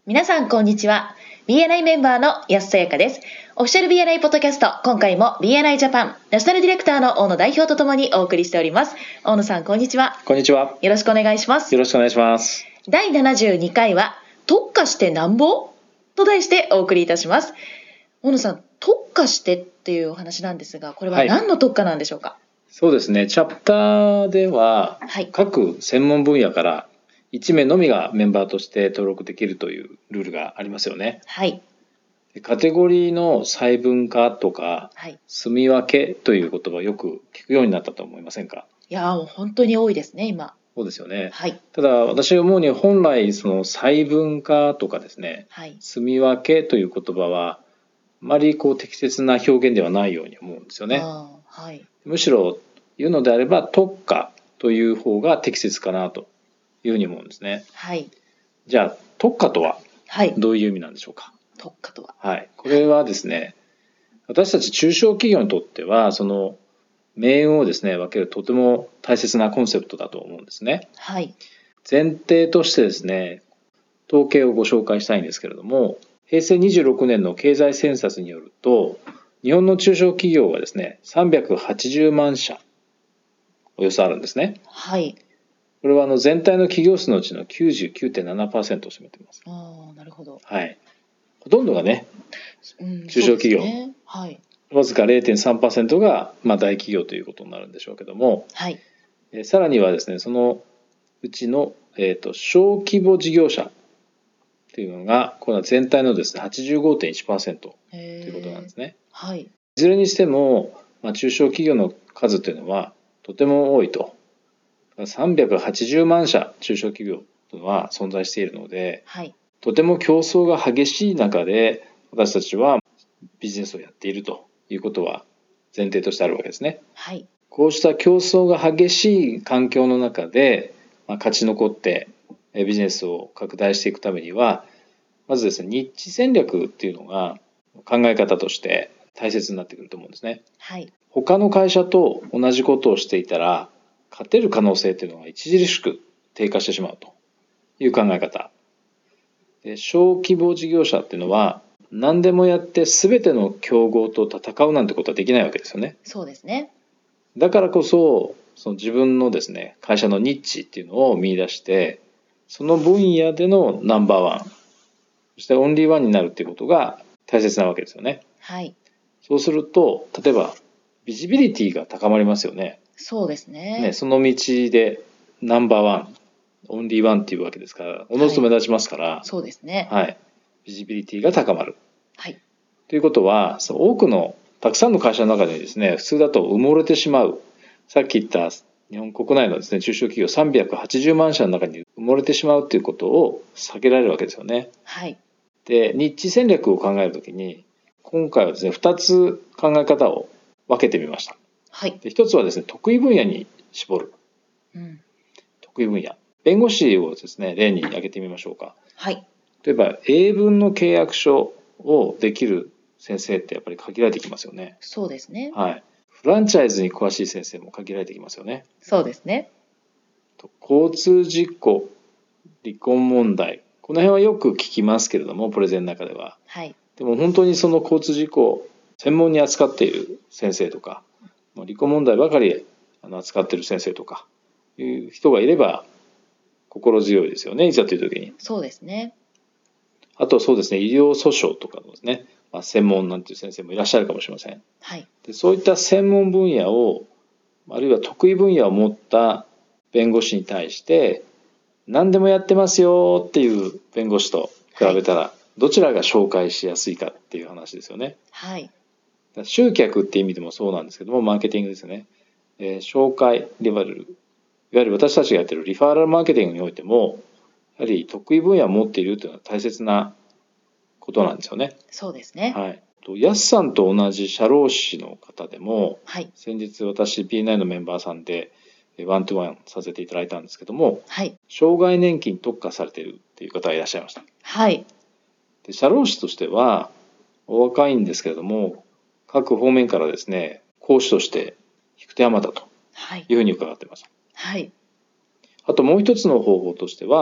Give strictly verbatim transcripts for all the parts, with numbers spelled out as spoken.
皆さんこんにちは。 ビーエヌアイ メンバーの安さやかです。オフィシャル ビーエヌアイ ポッドキャスト、今回も ビーエヌアイ ジャパンナショナルディレクターの大野代表とともにお送りしております。大野さんこんにちは。 こんにちは。 よろしくお願いします。 よろしくお願いします。 だいななじゅうにかいは特化してなんぼと題してお送りいたします。大野さん、特化してっていうお話なんですが、これは何の特化なんでしょうか？ はい、そうですね、チャプターでは各専門分野からいちめいのみがメンバーとして登録できるというルールがありますよね。 はい。 カテゴリーの細分化とか、はい、住み分けという言葉をよく聞くようになったと思いませんか？ いやもう本当に多いですね今。 そうですよね。 はい、 ただ私が思うに本来その細分化とかですね、はい、住み分けという言葉はあまりこう適切な表現ではないように思うんですよね。あ、はい、むしろ言うのであれば特化という方が適切かなというふうに思うんですね。はい、じゃあ特化とはどういう意味なんでしょうか？はい、 特化とは、 はい、これはですね、私たち中小企業にとってはその命運をですね分けるとても大切なコンセプトだと思うんですね。はい、前提としてですね、統計をご紹介したいんですけれども、へいせいにじゅうろくねんの経済センサスによると、日本の中小企業はですねさんびゃくはちじゅうまんしゃおよそあるんですね。はい、これはあの全体の企業数のうちの きゅうじゅうきゅうてんななパーセント を占めています。 ああ、なるほど。 はい、ほとんどがね、うん、中小企業、ね、はい、わずか れいてんさんパーセント がまあ大企業ということになるんでしょうけども、はい、えさらにはですね、そのうちの、えーと、小規模事業者というのがこれは全体のですね はちじゅうごてんいちパーセント ということなんですね。はい、いずれにしても、まあ、中小企業の数というのはとても多いと。さんびゃくはちじゅうまんしゃ中小企業というのは存在しているので、はい、とても競争が激しい中で私たちはビジネスをやっているということは前提としてあるわけですね。はい、こうした競争が激しい環境の中で、まあ、勝ち残ってビジネスを拡大していくためには、まずですね、ニッチ戦略っていうのが考え方として大切になってくると思うんですね。はい、他の会社と同じことをしていたら勝てる可能性というのが著しく低下してしまうという考え方で、小規模事業者っていうのは何でもやって全ての競合と戦うなんてことはできないわけですよね。 そうですね。 だからこそ、その自分のですね会社のニッチっていうのを見出して、その分野でのナンバーワン、そしてオンリーワンになるっていうことが大切なわけですよね。はい、そうすると例えばビジビリティが高まりますよね。 そうですね。 ね、その道でナンバーワン、オンリーワンっていうわけですから、おのずと目立ちますから、はい、 そうですね。 はい、ビジビリティが高まる。はい、ということは、その多くのたくさんの会社の中でですね、普通だと埋もれてしまう。さっき言った日本国内のですね中小企業さんびゃくはちじゅうまんしゃの中に埋もれてしまうということを避けられるわけですよね。はい。で、ニッチ戦略を考えるときに、今回はですねふたつ考え方を分けてみました。はい、でひとつはですね、得意分野に絞る、うん、得意分野、弁護士をですね例に挙げてみましょうか。はい、例えば英文の契約書をできる先生ってやっぱり限られてきますよね。 そうですね。 はい、フランチャイズに詳しい先生も限られてきますよね。 そうですね。 交通事故、離婚問題、この辺はよく聞きますけれども、プレゼンの中では、はい、でも本当にその交通事故を専門に扱っている先生とか、離婚問題ばかり扱っている先生とかいう人がいれば心強いですよね、いざという時に。そうですね。あとそうですね、医療訴訟とかですね、まあ、専門なんていう先生もいらっしゃるかもしれません。はい、でそういった専門分野を、あるいは得意分野を持った弁護士に対して何でもやってますよっていう弁護士と比べたら、どちらが紹介しやすいかっていう話ですよね。はい、集客っていう意味でもそうなんですけども、マーケティングですね、えー、紹介、いわゆるいわゆる私たちがやっているリファーラルマーケティングにおいても、やはり得意分野を持っているというのは大切なことなんですよね。 そうですね。はい。 ヤスさんと同じ社労士の方でも、はい、先日私 ビーエヌアイ のメンバーさんでワントゥワンさせていただいたんですけども、はい、障害年金に特化されているっていう方がいらっしゃいました。はい、で社労士としてはお若いんですけれども、各方面からですね講師として引く手あまたというふうに伺っています。はい、あともう一つの方法としては、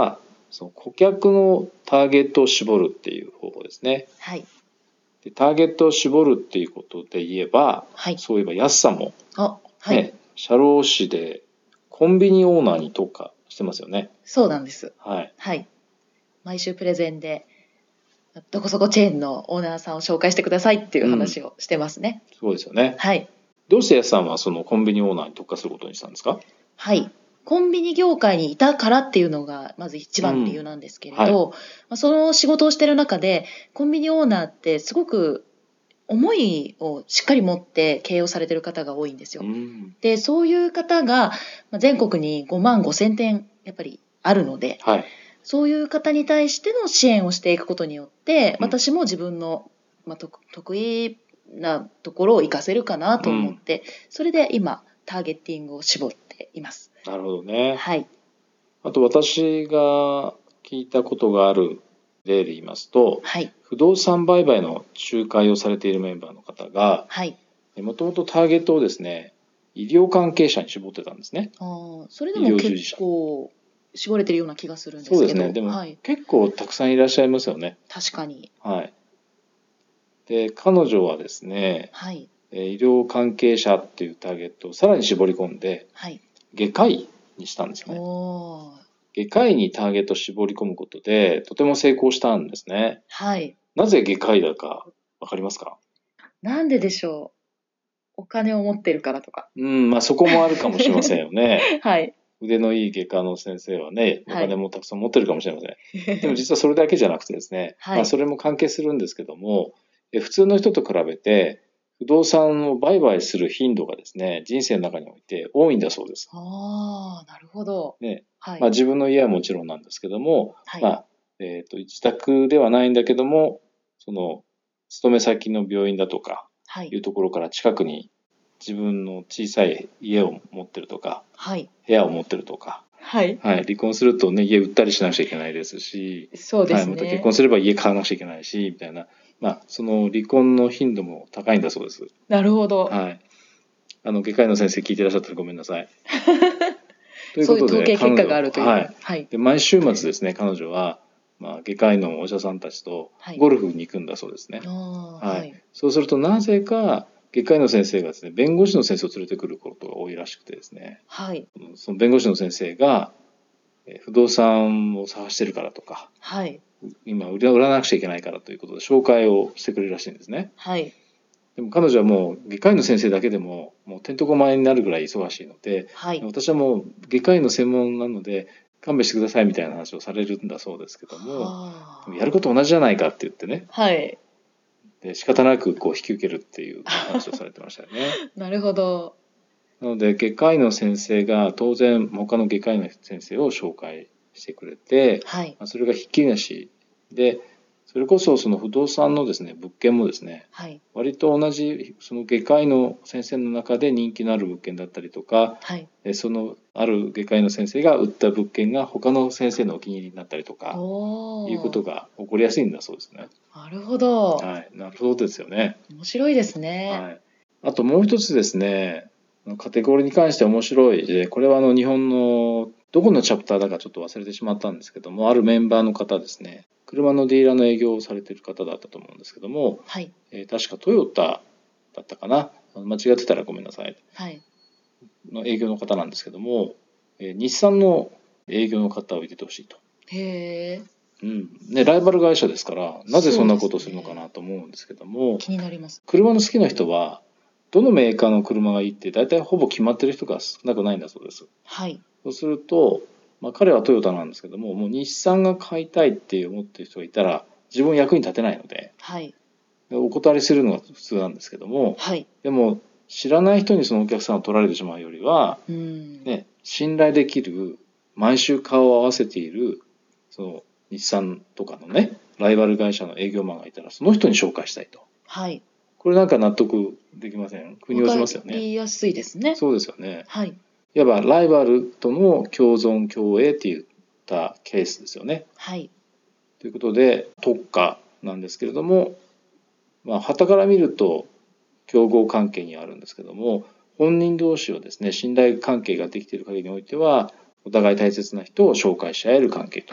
その顧客のターゲットを絞るっていう方法ですね。 はい。 でターゲットを絞るっていうことで言えば、 はい、 そういえば安さんも、 あ、はい、 ね、社労士でコンビニオーナーに特化してますよね。 そうなんです。 はい。 はい。毎週プレゼンで、どこそこチェーンのオーナーさんを紹介してくださいっていう話をしてますね。 うん、そうですよね。 はい。 どうして安さんはそのコンビニオーナーに特化することにしたんですか？ はい。コンビニ業界にいたからっていうのがまず一番の理由なんですけれど、うんはい、その仕事をしている中でコンビニオーナーってすごく思いをしっかり持って経営をされている方が多いんですよ。うん、でそういう方が全国にごまんごせんてんやっぱりあるので、はい、そういう方に対しての支援をしていくことによって、うん、私も自分の、まあ、得意なところを活かせるかなと思って、うん、それで今ターゲッティングを絞っています。 なるほどね。 はい。 あと私が聞いたことがある例で言いますと、はい、不動産売買の仲介をされているメンバーの方が、はい、もともとターゲットをですね、医療関係者に絞ってたんですね。 あ、それでも結構絞れてるような気がするんですけど。 そうですね。でも、はい、結構たくさんいらっしゃいますよね。 確かに。 はい。で、彼女はですね、はい、医療関係者っていうターゲットをさらに絞り込んで、はい、外科医にしたんですね。おー。外科医にターゲットを絞り込むことでとても成功したんですね。はい。なぜ外科医だかわかりますか？ なんででしょう。お金を持ってるからとか。 うん、まあそこもあるかもしれませんよね。 はい。 腕のいい外科の先生はね、お金もたくさん持ってるかもしれません。はい、でも実はそれだけじゃなくてですね、はい、まあそれも関係するんですけども、普通の人と比べて不動産を売買する頻度がですね、人生の中において多いんだそうです。 ああ、なるほど。 ね、はい、まあ自分の家はもちろんなんですけども、はい、まあ、えっと、自宅ではないんだけども、その、勤め先の病院だとか、いうところから近くに自分の小さい家を持ってるとか、はい、部屋を持ってるとか、はい。はい。離婚するとね、家売ったりしなくちゃいけないですし、 そうですね。 はい。また結婚すれば家買わなくちゃいけないし、みたいな。まあ、その離婚の頻度も高いんだそうです。 なるほど。 はい。あの、外科医の先生聞いてらっしゃったらごめんなさい。 ということで、そういう統計結果があるという。 はい。はい、で毎週末ですね、彼女は、まあ、外科医のお医者さんたちとゴルフに行くんだそうですね。はい。はい、そうすると、なぜか、外科医の先生がですね、弁護士の先生を連れてくることが多いらしくてですね。はい。その弁護士の先生が、不動産を探してるからとか、はい。今売らなくちゃいけないからということで紹介をしてくれるらしいんですね。はい。でも彼女はもう外科医の先生だけでももうてんとこまいになるぐらい忙しいので、はい、私はもう外科医の専門なので勘弁してくださいみたいな話をされるんだそうですけども、でもやること同じじゃないかって言ってね、はい、で仕方なくこう引き受けるっていう話をされてましたよね。 なるほど。 なので外科医の先生が当然他の外科医の先生を紹介してくれて、はい、それがひっきりなしで、それこそその不動産のですね物件もですね、はい、割と同じその外科医の先生の中で人気のある物件だったりとか、はい、そのある外科医の先生が売った物件が他の先生のお気に入りになったりとかいうことが起こりやすいんだそうですね。 なるほど。 はい、なるほどですよね。 面白いですね。 はい、あともう一つですね、カテゴリーに関して面白い、これはあの日本のどこのチャプターだかちょっと忘れてしまったんですけども、あるメンバーの方ですね、車のディーラーの営業をされている方だったと思うんですけども、はい、えー、確かトヨタだったかな、間違ってたらごめんなさい、はい、の営業の方なんですけども、えー、日産の営業の方を入れてほしいと。へー。うんね、ライバル会社ですからなぜそんなことをするのかなと思うんですけども、 気になります。 車の好きな人はどのメーカーの車がいいって大体ほぼ決まってる人が少なくないんだそうです。はい、そうすると、まあ、彼はトヨタなんですけども、もう日産が買いたいって思ってる人がいたら自分役に立てないので、はい、お断りするのが普通なんですけども、はい、でも知らない人にそのお客さんを取られてしまうよりは、うんね、信頼できる毎週顔を合わせているその日産とかのねライバル会社の営業マンがいたらその人に紹介したいと。はい、これなんか納得できません？腑に落ちますよね。 わかりやすいですね。 そうですよね。はい。いわばライバルとの共存共栄っていったケースですよね。はい。ということで特化なんですけれども、まあ傍から見ると競合関係にあるんですけども、本人同士をですね信頼関係ができている限りにおいてはお互い大切な人を紹介し合える関係と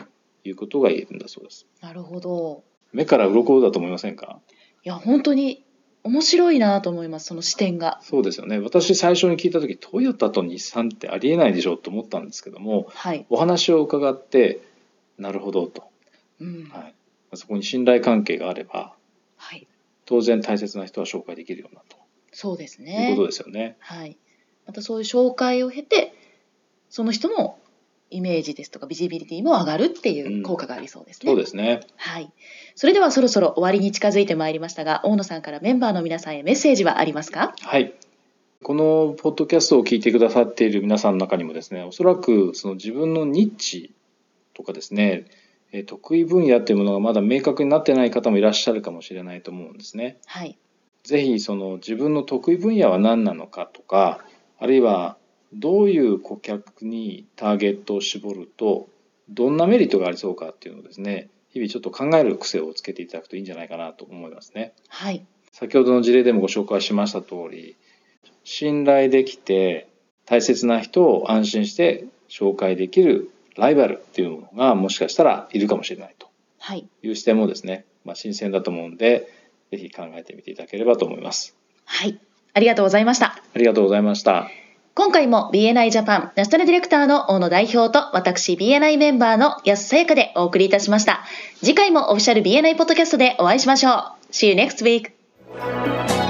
いうことが言えるんだそうです。 なるほど。 目から鱗だと思いませんか？ いや本当に面白いなと思います、その視点が。 そうですよね。私最初に聞いた時トヨタと日産ってありえないでしょうと思ったんですけども、はい、お話を伺ってなるほどと、うんはい、そこに信頼関係があれば、はい、当然大切な人は紹介できるようなとそうですね。 いうことですよね。 はい、またそういう紹介を経てその人のイメージですとかビジビリティも上がるっていう効果がありそうですね。 うん、そうですね。 はい。それではそろそろ終わりに近づいてまいりましたが、大野さんからメンバーの皆さんへメッセージはありますか？ はい。このポッドキャストを聞いてくださっている皆さんの中にもですね、おそらくその自分のニッチとかですね、得意分野というものがまだ明確になってない方もいらっしゃるかもしれないと思うんですね。はい。ぜひその自分の得意分野は何なのかとか、あるいはどういう顧客にターゲットを絞るとどんなメリットがありそうかっていうのをですね、日々ちょっと考える癖をつけていただくといいんじゃないかなと思いますね。はい。先ほどの事例でもご紹介しました通り、信頼できて大切な人を安心して紹介できるライバルっていうのがもしかしたらいるかもしれないという視点もですね、まあ、新鮮だと思うんで、ぜひ考えてみていただければと思います。 はい。ありがとうございました。 ありがとうございました。 今回も ビーエヌアイ ジャパンナショナルディレクターの大野代表と私 ビーエヌアイ メンバーの安さやかでお送りいたしました。次回もオフィシャル ビーエヌアイ ポッドキャストでお会いしましょう。See you next week!